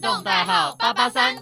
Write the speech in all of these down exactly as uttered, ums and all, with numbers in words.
动代号八八三。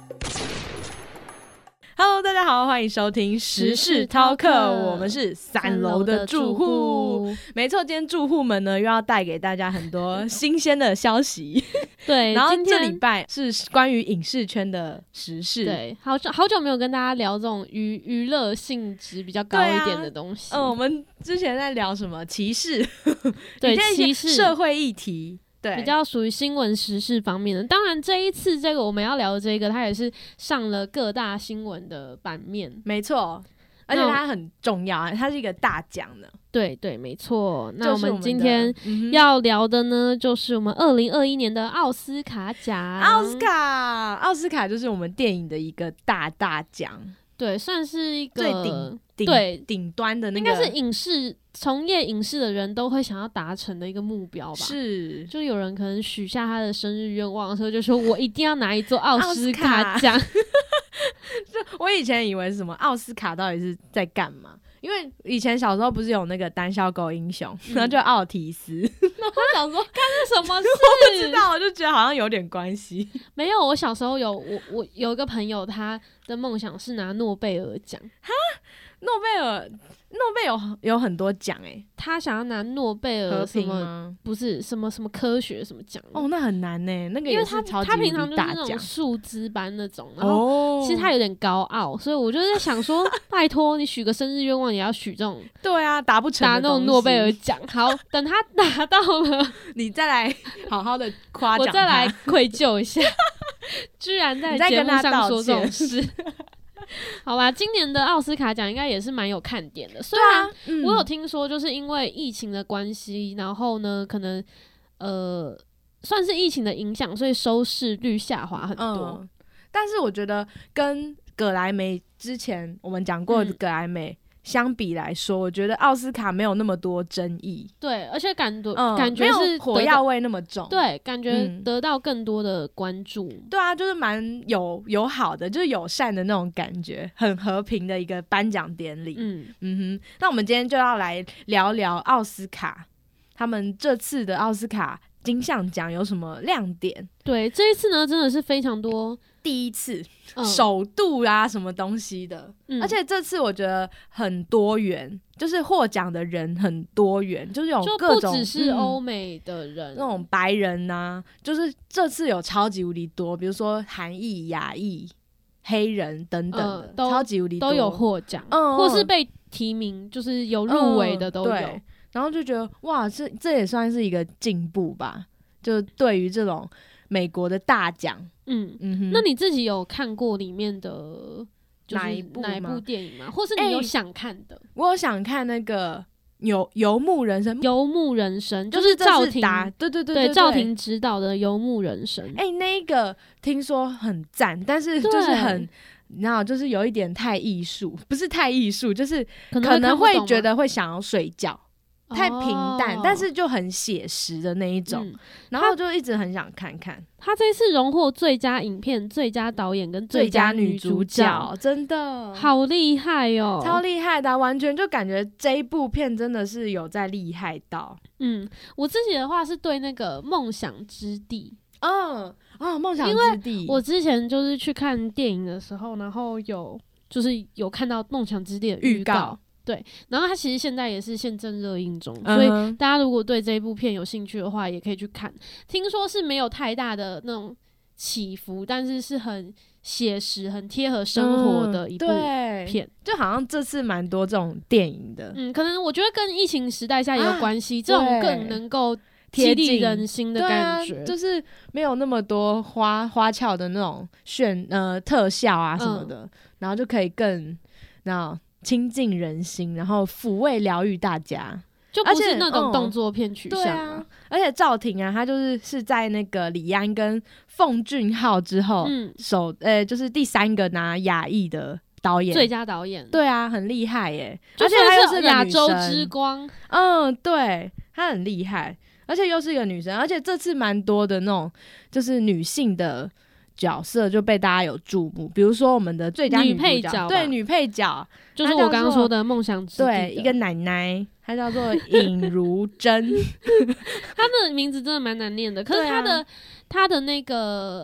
Hello， 大家好，欢迎收听时事饕客，我们是三楼的住户。没错，今天住户们呢又要带给大家很多新鲜的消息。 对， 然后这礼拜是关于影视圈的时事。 对，好久好久没有跟大家聊这种娱娱乐性质比较高一点的东西。 嗯、呃，我们之前在聊什么歧视？ 对，歧视社会议题。对， 比较属于新闻时事方面的。当然这一次这个我们要聊的这个它也是上了各大新闻的版面。 没错，而且它很重要，它是一个大奖呢。 对对，没错。那我们今天要聊的呢，就是我们二零二一年的奥斯卡奖。 奥斯卡，奥斯卡就是我们电影的一个大大奖。 对，算是一个最顶对顶端的那个， 应该是影视从业影视的人都会想要达成的一个目标吧。 是， 就有人可能许下他的生日愿望的时候，就说我一定要拿一座奥斯卡奖。 我以前以为是什么奥斯卡到底是在干嘛？因为以前小时候不是有那个胆小狗英雄，嗯、然后就奥提斯， 然后我想说干是什么事？ 我不知道，我就觉得好像有点关系。 没有，我小时候有我我有一个朋友，他的梦想是拿诺贝尔奖。 哈，诺贝尔诺贝尔有有很多奖哎、欸， 他想要拿诺贝尔什么？不是什么什么科学什么奖？ 哦，那很难呢、欸，那个也是超级他平常就是那种树枝般那种，然后其实他有点高傲，所以我就在想说，拜托你许个生日愿望也要许这种， 对啊，达不成拿那种诺贝尔奖。好，等他拿到了， 你再来好好的夸奖他， 我再来愧疚一下，居然在节目上说这种事。好吧，今年的奥斯卡奖应该也是蛮有看点的。虽然我有听说，就是因为疫情的关系，然后呢，可能呃算是疫情的影响，所以收视率下滑很多。 嗯、但是我觉得跟葛莱美之前我们讲过的葛莱美。嗯相比来说，我觉得奥斯卡没有那么多争议， 对，而且感觉、嗯、感觉是没有火药味那么重， 对，感觉得到更多的关注。 嗯、对啊，就是蛮友友好的，就是友善的那种感觉，很和平的一个颁奖典礼。嗯嗯哼，那我们今天就要来聊聊奥斯卡，他们这次的奥斯卡金像奖有什么亮点？ 对，这一次呢，真的是非常多。 第一次、嗯、首度啊什么东西的、嗯、而且这次我觉得很多元，就是获奖的人很多元，就是有各种就不只是欧美的人、 嗯、那种白人啊，就是这次有超级无敌多，比如说韩裔、亚裔、黑人等等的、嗯、超级无敌多都有获奖、嗯、或是被提名就是有入围的都有、嗯、 对，然后就觉得哇，这这也算是一个进步吧，就对于这种美国的大奖。 嗯嗯哼，那你自己有看过里面的、就是、哪一部哪一部电影吗？或是你有想看的？欸、 我有想看那个游游牧人生， 游牧人生就是赵婷， 对对对对，赵婷执导的游牧人生。 哎、欸，那个听说很赞，但是就是很。你知道，就是有一点太艺术，不是太艺术，就是可能会觉得会想要睡觉。太平淡、哦，但是就很写实的那一种、嗯，然后就一直很想看看。 他这次荣获最佳影片、最佳导演跟最佳女主角， 最佳女主角真的好厉害哦， 超厉害的、啊，完全就感觉这一部片真的是有在厉害到。 嗯，我自己的话是对那个《梦想之地》。 嗯啊，《梦想之地》， 因为我之前就是去看电影的时候，然后有就是有看到《梦想之地》的预告。对，然后它其实现在也是现正热映中、嗯，所以大家如果对这一部片有兴趣的话，也可以去看。听说是没有太大的那种起伏，但是是很写实、很贴合生活的一部片、嗯。 就好像这次蛮多这种电影的， 嗯，可能我觉得跟疫情时代下也有关系、啊，这种更能够激励人心的感觉， 啊、就是没有那么多花花俏的那种炫呃特效啊什么的，嗯、然后就可以更那。亲近人心，然后抚慰疗愈大家， 就不是那种动作片取向、啊嗯啊。而且赵婷啊，她就是是在那个李安跟奉俊昊之后，嗯，首呃就是第三个拿亚裔的导演， 最佳导演。 对啊，很厉害耶！ 而且她又是亚洲之光， 嗯，对，她很厉害，而且又是一个女生，而且这次蛮多的那种就是女性的。角色就被大家有注目，比如说我们的最佳女配角， 对，女配角就是我刚刚说的梦想之地的， 对，一个奶奶，她叫做尹如珍， 她的名字真的蛮难念的，可是她的她、啊、的那个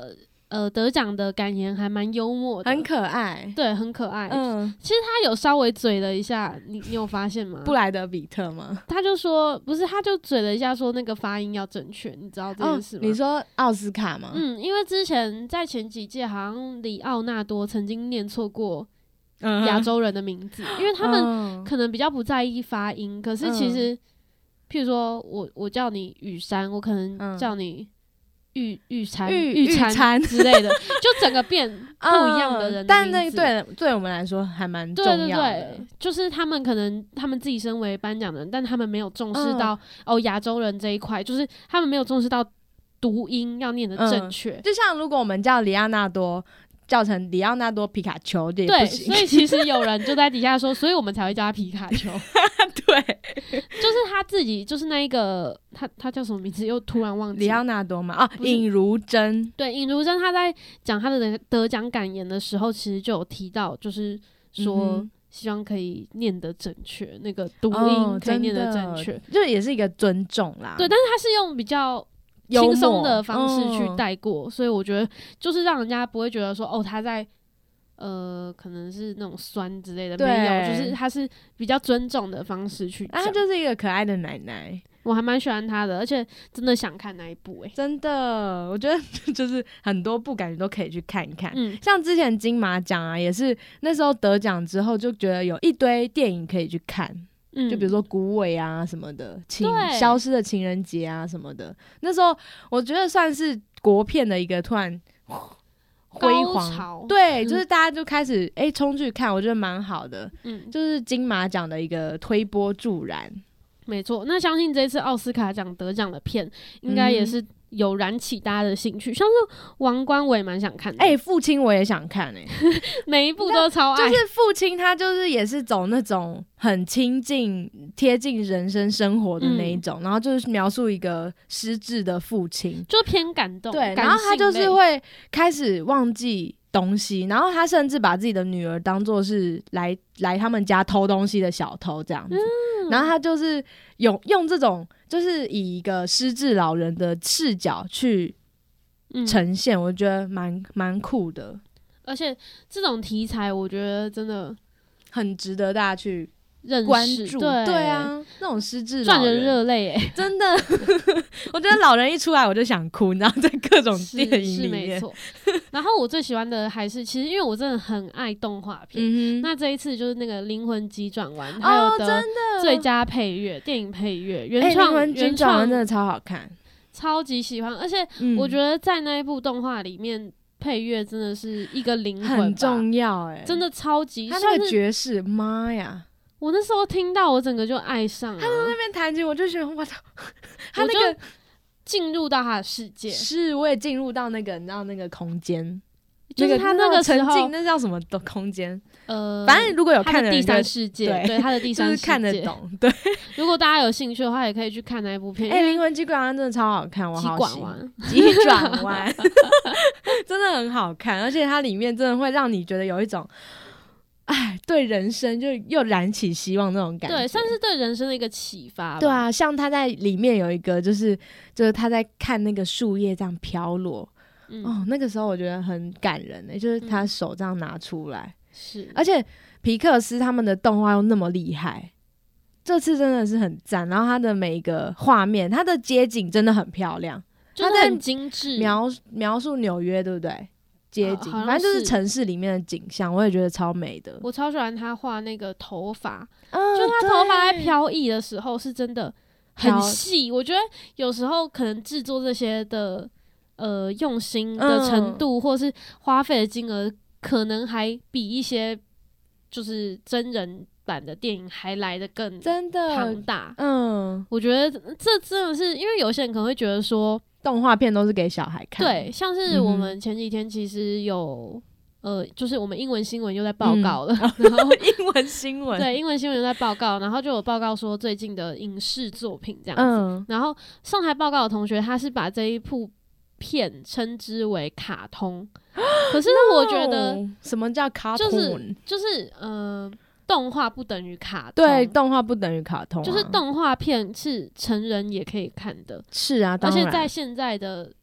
呃得奖的感言还蛮幽默的， 很可爱， 对，很可爱。 嗯， 其实他有稍微嘴了一下，你你有发现吗？ 布莱德比特吗？ 他就说不是，他就嘴了一下，说那个发音要正确，你知道这件事吗？ 哦、你说奥斯卡吗？ 嗯，因为之前在前几届好像里奥纳多曾经念错过亚洲人的名字，嗯、因为他们可能比较不在意发音，可是其实，嗯、譬如说我我叫你雨山，我可能叫你。玉玉餐玉餐之类的，就整个变不一样的人的名字、嗯、 但那对对我们来说还蛮重要的。对对对， 就是他们可能他们自己身为颁奖人，但他们没有重视到、嗯、哦亚洲人这一块，就是他们没有重视到读音要念的正确、嗯。 就像如果我们叫里奥纳多。叫成里奥纳多皮卡丘也不行， 对，所以其实有人就在底下说，所以我们才会叫他皮卡丘。 对， 就是他自己，就是那一个他他叫什么名字？又突然忘记。 里奥纳多嘛，啊，尹如珍。 对，尹如珍他在讲他的得奖感言的时候，其实就有提到，就是说希望可以念得正确，那个读音可以念得正确、哦， 就也是一个尊重啦。 对，但是他是用比较。轻松的方式去带过、嗯，所以我觉得就是让人家不会觉得说哦他在呃可能是那种酸之类的，没有，就是他是比较尊重的方式去讲。 啊，他就是一个可爱的奶奶， 我还蛮喜欢他的，而且真的想看那一部哎、欸， 真的，我觉得就是很多部感觉都可以去看一看。嗯，像之前金马奖啊，也是那时候得奖之后就觉得有一堆电影可以去看。就比如说孤味啊什么的，情消失的情人节啊什么的，那时候我觉得算是国片的一个突然辉煌，对，就是大家就开始哎冲去看，我觉得蛮好的，嗯，就是金马奖的一个推波助澜。 没错，那相信这次奥斯卡奖得奖的片，应该也是有燃起大家的兴趣。嗯、像是王冠，我也蛮想看的。 哎、欸，父亲我也想看哎、欸， 每一部都超爱。 就是父亲，他就是也是走那种很亲近、贴近人生生活的那一种、嗯，然后就是描述一个失智的父亲， 就偏感动。 对，然后他就是会开始忘记东西，然后他甚至把自己的女儿当作是来来他们家偷东西的小偷这样子。嗯、然后他就是用用这种，就是以一个失智老人的视角去呈现，嗯、我觉得蛮蛮酷的。 而且这种题材，我觉得真的很值得大家去关注。 对对啊，那种失智老人赚人热泪哎， 真的。我觉得老人一出来我就想哭，你知道，在各种电影里面。 是没错。然后我最喜欢的还是，其实因为我真的很爱动画片、嗯，那这一次就是那个《灵魂急转弯》，还有的最佳配乐、电影配乐原创，《灵魂急转弯》真的超好看， 超级喜欢。而且我觉得在那一部动画里面。配乐真的是一个灵魂， 很重要哎、欸， 真的超级。 他那个爵士，妈呀！ 我那时候听到，我整个就爱上了。 他在那边弹琴，我就觉得我操，他那个进入到他的世界。 是，我也进入到那个，你知道那个空间， 就是他那个沉浸，那叫什么的空间？ 呃， 反正如果有看的第三世界，对, 对他的第三世界， 就是看得懂。对， 如果大家有兴趣的话，也可以去看那一部片。 哎、欸，灵魂急转弯真的超好看，我好喜欢。 急转弯真的很好看，而且它里面真的会让你觉得有一种，哎，对人生就又燃起希望那种感觉。 对，算是对人生的一个启发。 对啊，像他在里面有一个，就是就是他在看那个树叶这样飘落。嗯、哦，那个时候我觉得很感人的、欸，就是他手这样拿出来， 是、嗯， 而且皮克斯他们的动画又那么厉害，这次真的是很赞。然后他的每一个画面，他的街景真的很漂亮， 就是很精致， 描描述纽约，对不对？街景， 呃、 反正就是城市里面的景象，我也觉得超美的。 我超喜欢他画那个头发，嗯、就他头发在飘逸的时候，是真的很细。我觉得有时候可能制作这些的。呃，用心的程度，嗯、或是花费的金额，可能还比一些就是真人版的电影还来得更真的庞大。 嗯， 我觉得这真的是因为有些人可能会觉得说， 动画片都是给小孩看。 对，像是我们前几天其实有、嗯、呃，就是我们英文新闻又在报告了，嗯、然后英文新闻对英文新闻又在报告，然后就有报告说最近的影视作品这样子。嗯、然后上台报告的同学，他是把这一部片称之为卡通，可是我觉得、 no, 什么叫卡通？ 就是就是呃，动画不等于卡通， 对，动画不等于卡通、啊， 就是动画片是成人也可以看的， 是啊，当然而且在现在的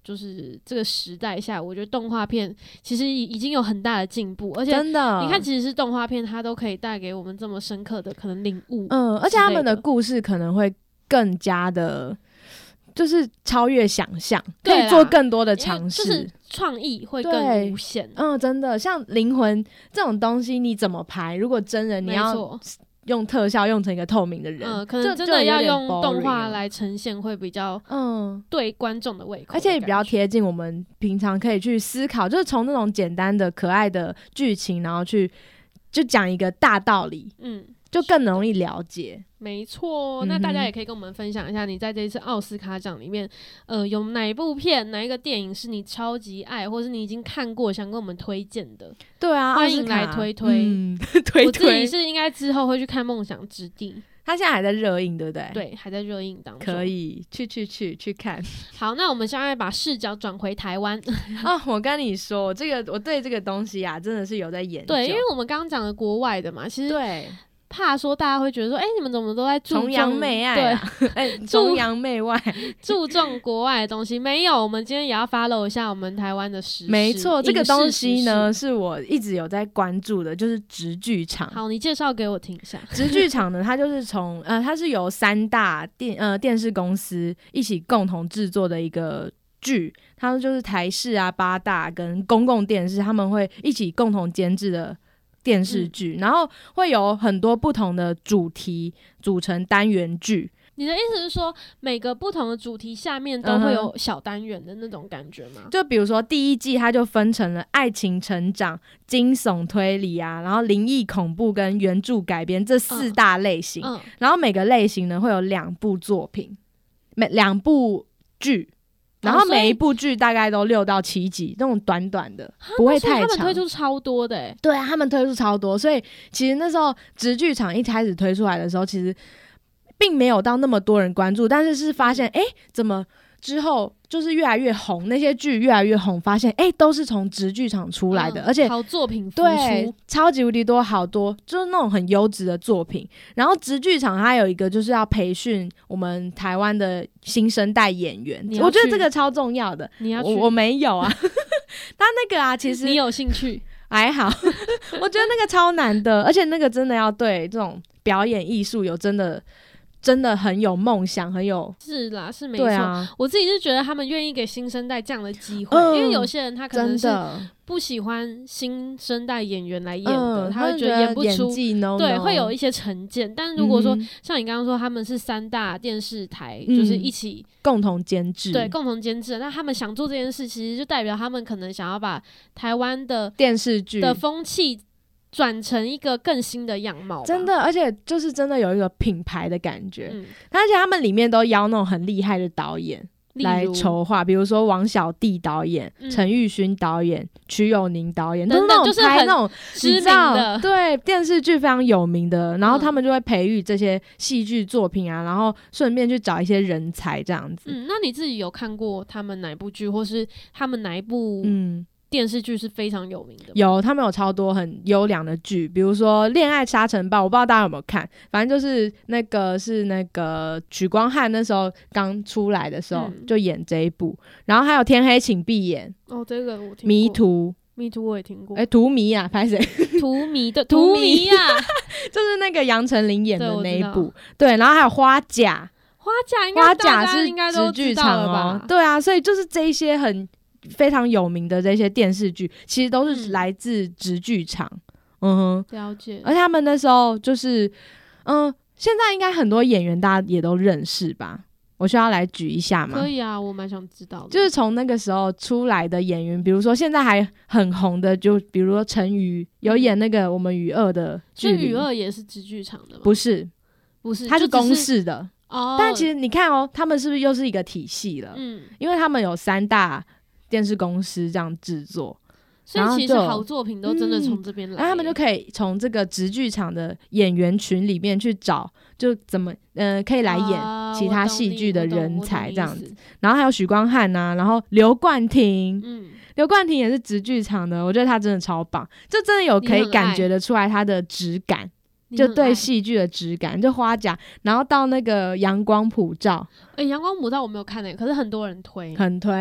就是这个时代下，我觉得动画片其实已经有很大的进步，而且真的， 你看，其实是动画片，它都可以带给我们这么深刻的可能领悟， 嗯，而且他们的故事可能会更加的。就是超越想象，可以做更多的尝试， 就是创意会更无限。 嗯，真的，像灵魂这种东西，你怎么拍？如果真人你要用特效用成一个透明的人， 嗯，可能真的要用动画来呈现，会比较嗯对观众的胃口的， 而且也比较贴近我们平常可以去思考，就是从那种简单的可爱的剧情，然后去就讲一个大道理，嗯。就更容易了解， 没错。那大家也可以跟我们分享一下，你在这一次奥斯卡奖里面，呃，有哪一部片、哪一个电影是你超级爱，或是你已经看过，想跟我们推荐的？ 对啊， 欢迎来推推。 嗯、推推。 我自己是应该之后会去看《梦想之地》， 他现在还在热映，对不对？ 对，还在热映当中。 可以去去去去看。 好，那我们现在把视角转回台湾。 哦，我跟你说，这个我对这个东西啊，真的是有在研究。 对，因为我们刚刚讲的国外的嘛，其实对。 怕说大家会觉得说，哎、欸，你们怎么都在注重崇洋媚外、啊，对，哎、欸，崇洋媚外， 注重国外的东西没有？我们今天也要 follow 一下我们台湾的时事。 没错，这个东西呢是我一直有在关注的，就是直剧场。 好，你介绍给我听一下。 直剧场呢，它就是从呃，它是由三大电呃电视公司一起共同制作的一个剧，他们就是台视啊、八大跟公共电视，他们会一起共同监制的。电视剧、嗯，然后会有很多不同的主题组成单元剧。 你的意思是说，每个不同的主题下面都会有小单元的那种感觉吗？ 嗯、就比如说第一季，它就分成了爱情成长、惊悚推理啊，然后灵异恐怖跟原著改编这四大类型。嗯嗯、然后每个类型呢会有两部作品，每两部剧。然后每一部剧大概都六到七集，那种短短的，不会太长。 他们推出超多的、欸， 对啊，他们推出超多，所以其实那时候直剧场一开始推出来的时候，其实并没有到那么多人关注，但是是发现，哎，怎么之后就是越来越红，那些剧越来越红，发现哎都是从直剧场出来的、嗯，而且好作品付出， 对，超级无敌多，好多就是那种很优质的作品。然后直剧场它有一个就是要培训我们台湾的新生代演员，我觉得这个超重要的。 你要去我我没有啊，他那个啊，其实你有兴趣还好，我觉得那个超难的，而且那个真的要对这种表演艺术有真的。真的很有梦想，很有是啦，是没错、啊。我自己是觉得他们愿意给新生代这样的机会、 嗯， 因为有些人他可能是不喜欢新生代演员来演的，嗯、他会觉得演不出， no no 对，会有一些成见。但如果说、嗯、像你刚刚说，他们是三大电视台，嗯、就是一起共同监制， 对，共同监制。那他们想做这件事，其实就代表他们可能想要把台湾的电视剧的风气。转成一个更新的样貌， 真的，而且就是真的有一个品牌的感觉，嗯、而且他们里面都邀那种很厉害的导演来筹划，比如说王小弟导演、嗯、陈玉勋导演、瞿友宁导演， 等等， 都是拍那种知名的， 对电视剧非常有名的，然后他们就会培育这些戏剧作品啊，然后顺便去找一些人才这样子。 嗯，那你自己有看过他们哪一部剧，或是他们哪一部？嗯。电视剧是非常有名的， 有他们有超多很优良的剧，比如说《恋爱沙尘暴》，我不知道大家有没有看，反正就是那个是那个许光汉那时候刚出来的时候、嗯、就演这一部，然后还有《天黑请闭眼》 哦，这个我听过， 迷途迷途我也听过， 哎、欸，荼蘼啊，拍谁？ 荼蘼的荼蘼啊， 就是那个杨丞琳演的那一部，对，然后还有花甲， 花甲应该大家应该都知道了吧？对啊，所以就是这一些很。非常有名的这些电视剧，其实都是来自直剧场。嗯哼， 了解。 而且他们那时候就是，嗯、呃，现在应该很多演员大家也都认识吧？我需要来举一下吗？ 可以啊，我蛮想知道的。 就是从那个时候出来的演员，比如说现在还很红的，就比如说陈瑜，有演那个《我们与恶》的剧， 所以与恶也是直剧场的吗？ 不是， 不是， 它是公视的。 哦， 但其实你看哦，他们是不是又是一个体系了？嗯，因为他们有三大。电视公司这样制作， 所以其实好作品都真的从这边来、 嗯，然后他们就可以从这个直剧场的演员群里面去找，就怎么呃可以来演其他戏剧的人才这样子。然后还有许光汉啊，然后刘冠廷，嗯，刘冠廷也是直剧场的，我觉得他真的超棒，就真的有可以感觉得出来他的质感。就对戏剧的质感，就花甲，然后到那个阳光普照， 哎、欸，阳光普照我没有看诶、欸，可是很多人推， 很推。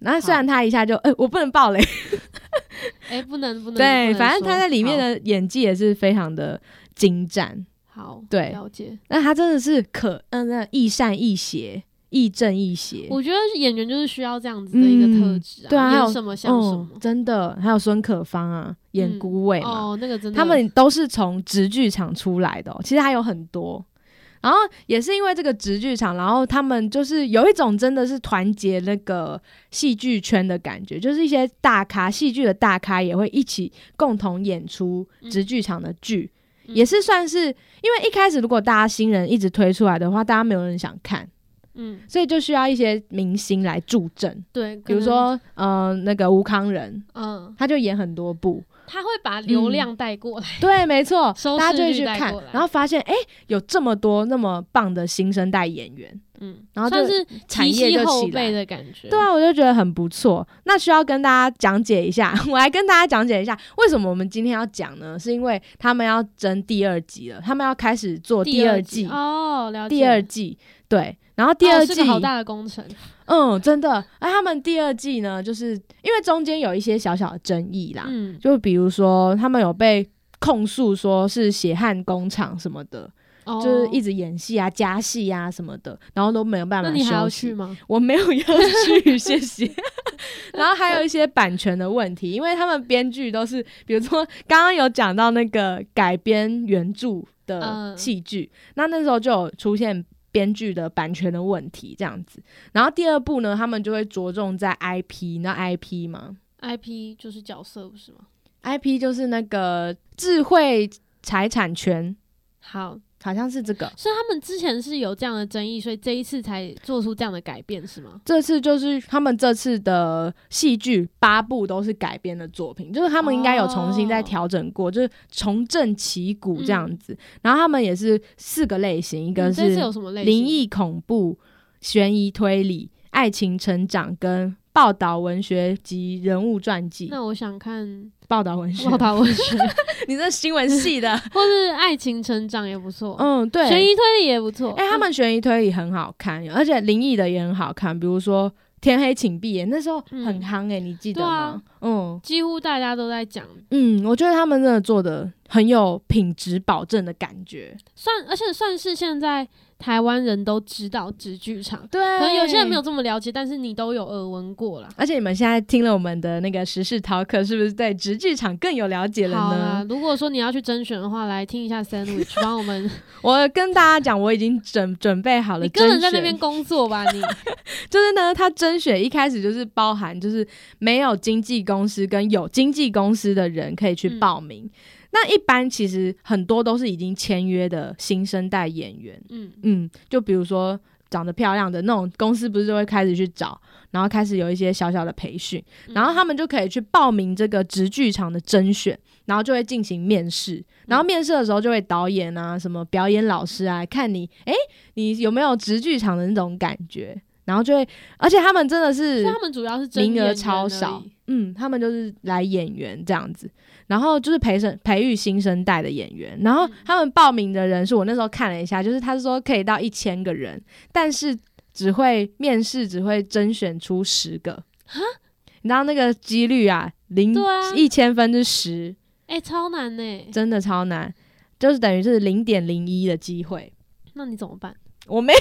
然后虽然他一下就呃我不能爆雷哎、欸、不能不能对，反正他在里面的演技也是非常的精湛。 好， 对， 了解。 那他真的是可嗯、呃，亦善亦邪，亦正亦邪。 我觉得演员就是需要这样子的一个特质啊、嗯， 对啊， 演什么像什么、 嗯，真的。还有孙可芳啊，演孤味嘛、 嗯，哦，那个真的， 他们都是从直剧场出来的、哦，其实还有很多。然后也是因为这个直剧场，然后他们就是有一种真的是团结那个戏剧圈的感觉，就是一些大咖，戏剧的大咖也会一起共同演出直剧场的剧。嗯，也是算是，因为一开始如果大家新人一直推出来的话，大家没有人想看，嗯，所以就需要一些明星来助阵， 对， 比如说呃那个吴康仁，嗯，他就演很多部， 他会把流量带过来， 嗯、对，没错，大家就会去看，然后发现哎、欸，有这么多那么棒的新生代演员。嗯，然后就产业就起来的感觉， 对啊，我就觉得很不错。那需要跟大家讲解一下，我来跟大家讲解一下为什么我们今天要讲呢？是因为他们要争第二季了，他们要开始做第二季哦，了解。 第二季对，然后第二季、 哦、是个好大的工程， 嗯，真的。而他们第二季呢，就是因为中间有一些小小的争议啦，嗯，就比如说他们有被控诉说是血汗工厂什么的。Oh. 就是一直演戏啊加戏啊什么的，然后都没有办法休息。 那你还要去吗？ 我没有要去谢谢然后还有一些版权的问题，因为他们编剧都是比如说刚刚有讲到那个改编原著的戏剧、uh. 那那时候就有出现编剧的版权的问题这样子。然后第二部呢，他们就会着重在 I P， 你知道 I P 吗？ I P 就是角色不是吗？ I P 就是那个智慧财产权。 好， 好像是这个， 所以他们之前是有这样的争议，所以这一次才做出这样的改变是吗？ 这次就是他们这次的戏剧八部都是改编的作品，就是他们应该有重新再调整过、哦、就是重振旗鼓这样子、嗯、然后他们也是四个类型，一个是灵异恐怖、悬疑推理、爱情成长跟报道文学及人物传记。 那我想看报道文学， 报道文学你这新闻系的或是爱情成长也不错， 嗯，对， 悬疑推理也不错。 哎、欸，他们悬疑推理很好看，而且灵异的也很好看，比如说天黑请闭眼，那时候很夯哎、欸嗯，你记得吗？啊、嗯， 几乎大家都在讲。 嗯，我觉得他们真的做的很有品质保证的感觉， 算而且算是现在台湾人都知道直剧场， 对， 可能有些人没有这么了解，但是你都有耳闻过啦。 而且你们现在听了我们的那个时事饕客，是不是对直剧场更有了解了呢？ 好啦，如果说你要去甄选的话，来听一下 Sandwich 帮我们。 我跟大家讲，我已经准准备好了。 你根本在那边工作吧？你就是呢，他甄选一开始就是包含就是没有经纪公司跟有经纪公司的人可以去报名。嗯，那一般其实很多都是已经签约的新生代演员，嗯嗯，就比如说长得漂亮的那种公司，不是就会开始去找，然后开始有一些小小的培训，然后他们就可以去报名这个直剧场的甄选，然后就会进行面试，然后面试的时候就会导演啊、什么表演老师啊，看你哎、欸、你有没有直剧场的那种感觉。然后就会，而且他们真的是， 他们主要是名额超少，嗯，他们就是来演员这样子，然后就是培生培育新生代的演员，然后他们报名的人数，我那时候看了一下，就是他是说可以到一千个人，但是只会面试，只会甄选出十个，哈，你知道那个几率啊，零一千分之十， 哎，超难呢、欸， 真的超难，就是等于是零点零一的机会， 那你怎么办？ 我没有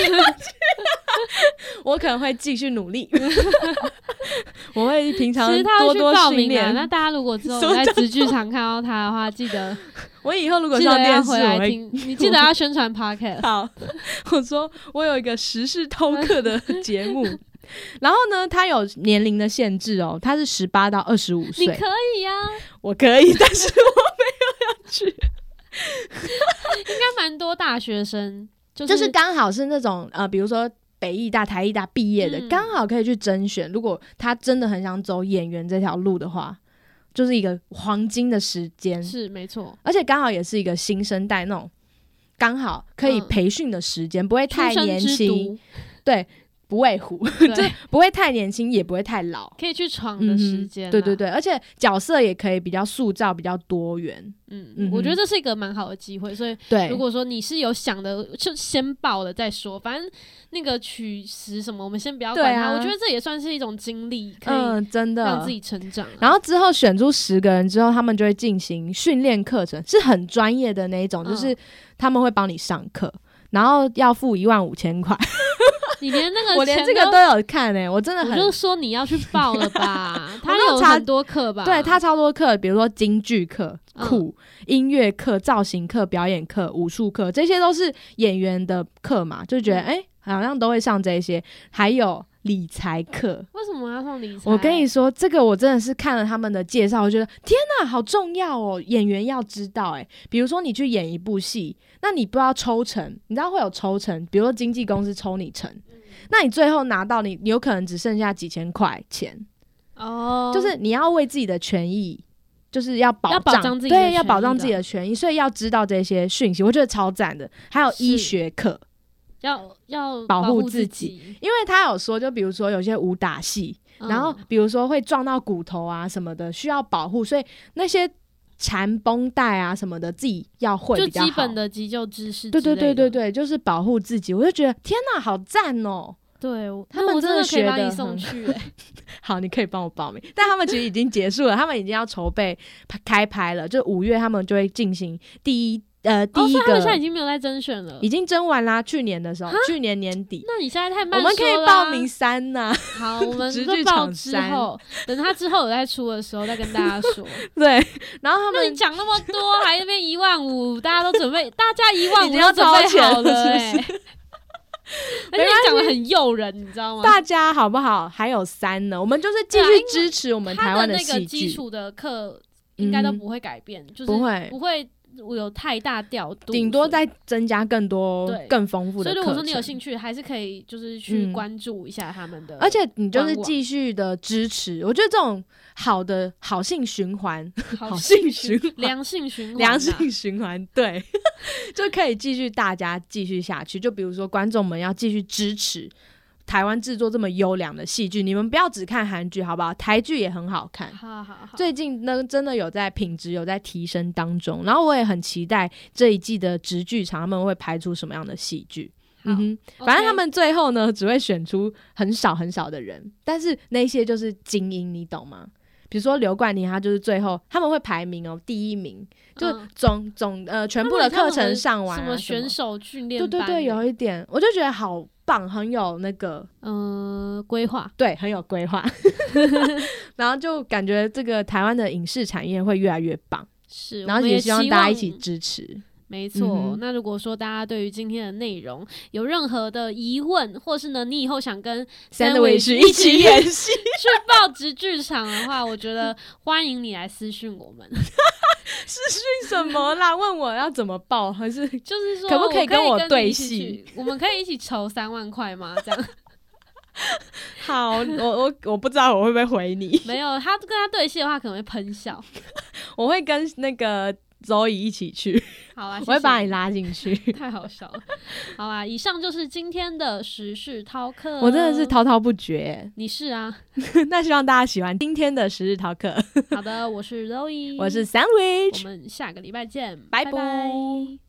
我可能会继续努力我会平常多多训练、 啊、那大家如果之后在直剧场看到他的话记得我以后如果上电视回来听，你记得要宣传 podcast 好，我说我有一个时事偷客的节目然后呢他有年龄的限制哦，他是十八到二十五岁。 你可以啊， 我可以，但是我没有要去应该蛮多大学生就是刚、就是、好是那种呃，比如说北艺大、台艺大毕业的，刚、嗯、好可以去甄选。如果他真的很想走演员这条路的话，就是一个黄金的时间， 是没错。 而且刚好也是一个新生代那种刚好可以培训的时间、嗯，不会太年轻。对， 不畏虎，就不会太年轻，也不会太老， 可以去闯的时间、嗯。 对对对，而且角色也可以比较塑造比较多元。 嗯，嗯我觉得这是一个蛮好的机会，所以如果说你是有想的，就先报了再说。反正那个取食什么，我们先不要管它、啊。我觉得这也算是一种经历，可以真的让自己成长、啊嗯。 然后之后选出十个人之后，他们就会进行训练课程，是很专业的那一种，就是他们会帮你上课，然后要付一万五千块。 你连那个我连这个都有看诶、欸，我真的很， 我就说你要去报了吧，他有很多课吧？ 对，他超多课，比如说京剧课、酷、嗯、音乐课、造型课、表演课、武术课，这些都是演员的课嘛，就觉得哎、嗯欸，好像都会上这些，还有理财课。 为什么要上理财？ 我跟你说，这个我真的是看了他们的介绍，我觉得天哪，好重要哦！演员要知道、欸，哎，比如说你去演一部戏，那你不知道抽成，你知道会有抽成，比如说经纪公司抽你成。那你最后拿到你有可能只剩下几千块钱哦，就是你要为自己的权益，就是要保障， 要保障自己的对，要保障自己的权益，所以要知道这些讯息，我觉得超赞的。还有医学课， 要要保护自己， 己，因为他有说，就比如说有些武打戏，嗯、然后比如说会撞到骨头啊什么的，需要保护，所以那些缠绷带啊什么的，自己要会比较好， 就基本的急救知识。 对对对对对，就是保护自己。我就觉得天哪，好赞哦！ 对， 他们真的学的可以把你送去、欸。 好，你可以帮我报名。但他们其实已经结束了，他们已经要筹备开拍了。就五月他们就会进行第一呃第一个。哦，所以他们现在已经没有在甄选了， 已经甄完啦。去年的时候，去年年底。 那你现在太慢说了、啊。 我们可以报名三呐、啊。 好，我们就报之后，等他之后有在出的时候再跟大家说。 对，然后他们那你讲那么多，还那边一万五，大家都准备，大家一万五都准备好了、欸，哎。而且讲得很诱人，你知道吗？ 大家好不好？还有三呢，我们就是继续支持我们台湾的戏剧。 他的那个基础的课应该都不会改变，嗯、就是不会不会有太大调度， 顶多再增加更多更丰富的课程。所以如果说你有兴趣，还是可以就是去关注一下他们的、嗯， 而且你就是继续的支持。我觉得这种好的好性循环， 好性循环，良性循环、啊， 良性循环，对。就可以继续，大家继续下去。就比如说，观众们要继续支持台湾制作这么优良的戏剧，你们不要只看韩剧，好不好？台剧也很好看。 好好好， 最近呢，真的有在品质有在提升当中。然后我也很期待这一季的直剧场他们会拍出什么样的戏剧。嗯哼，反正他们最后呢，只会选出很少很少的人，但是那些就是精英，你懂吗？比如说刘冠廷，他就是最后他们会排名哦，第一名就总、嗯、总呃全部的课程上完、啊、 什么选手训练班， 对对对，有一点我就觉得好棒，很有那个呃规划， 对，很有规划，然后就感觉这个台湾的影视产业会越来越棒， 是， 然后也希望大家一起支持。 没错、嗯，那如果说大家对于今天的内容有任何的疑问，或是呢你以后想跟 Sandwich 一起演戏去报直剧场的话，我觉得欢迎你来私讯我们。 私讯什么啦？问我要怎么报，还是就是说可不可以跟我对戏？我们可以一起筹三万块吗？这样。 好，我我我不知道我会不会回你。 没有，他跟他对戏的话可能会喷笑。 我会跟那个Zoe一起去， 好啊，謝謝， 我会把你拉进去， 太好笑了。好啊，以上就是今天的时事饕客， 我真的是滔滔不绝。 你是啊？ 那希望大家喜欢今天的时事饕客。 好的，我是 Zoe， 我是 Sandwich， 我们下个礼拜见， 拜拜。 拜拜。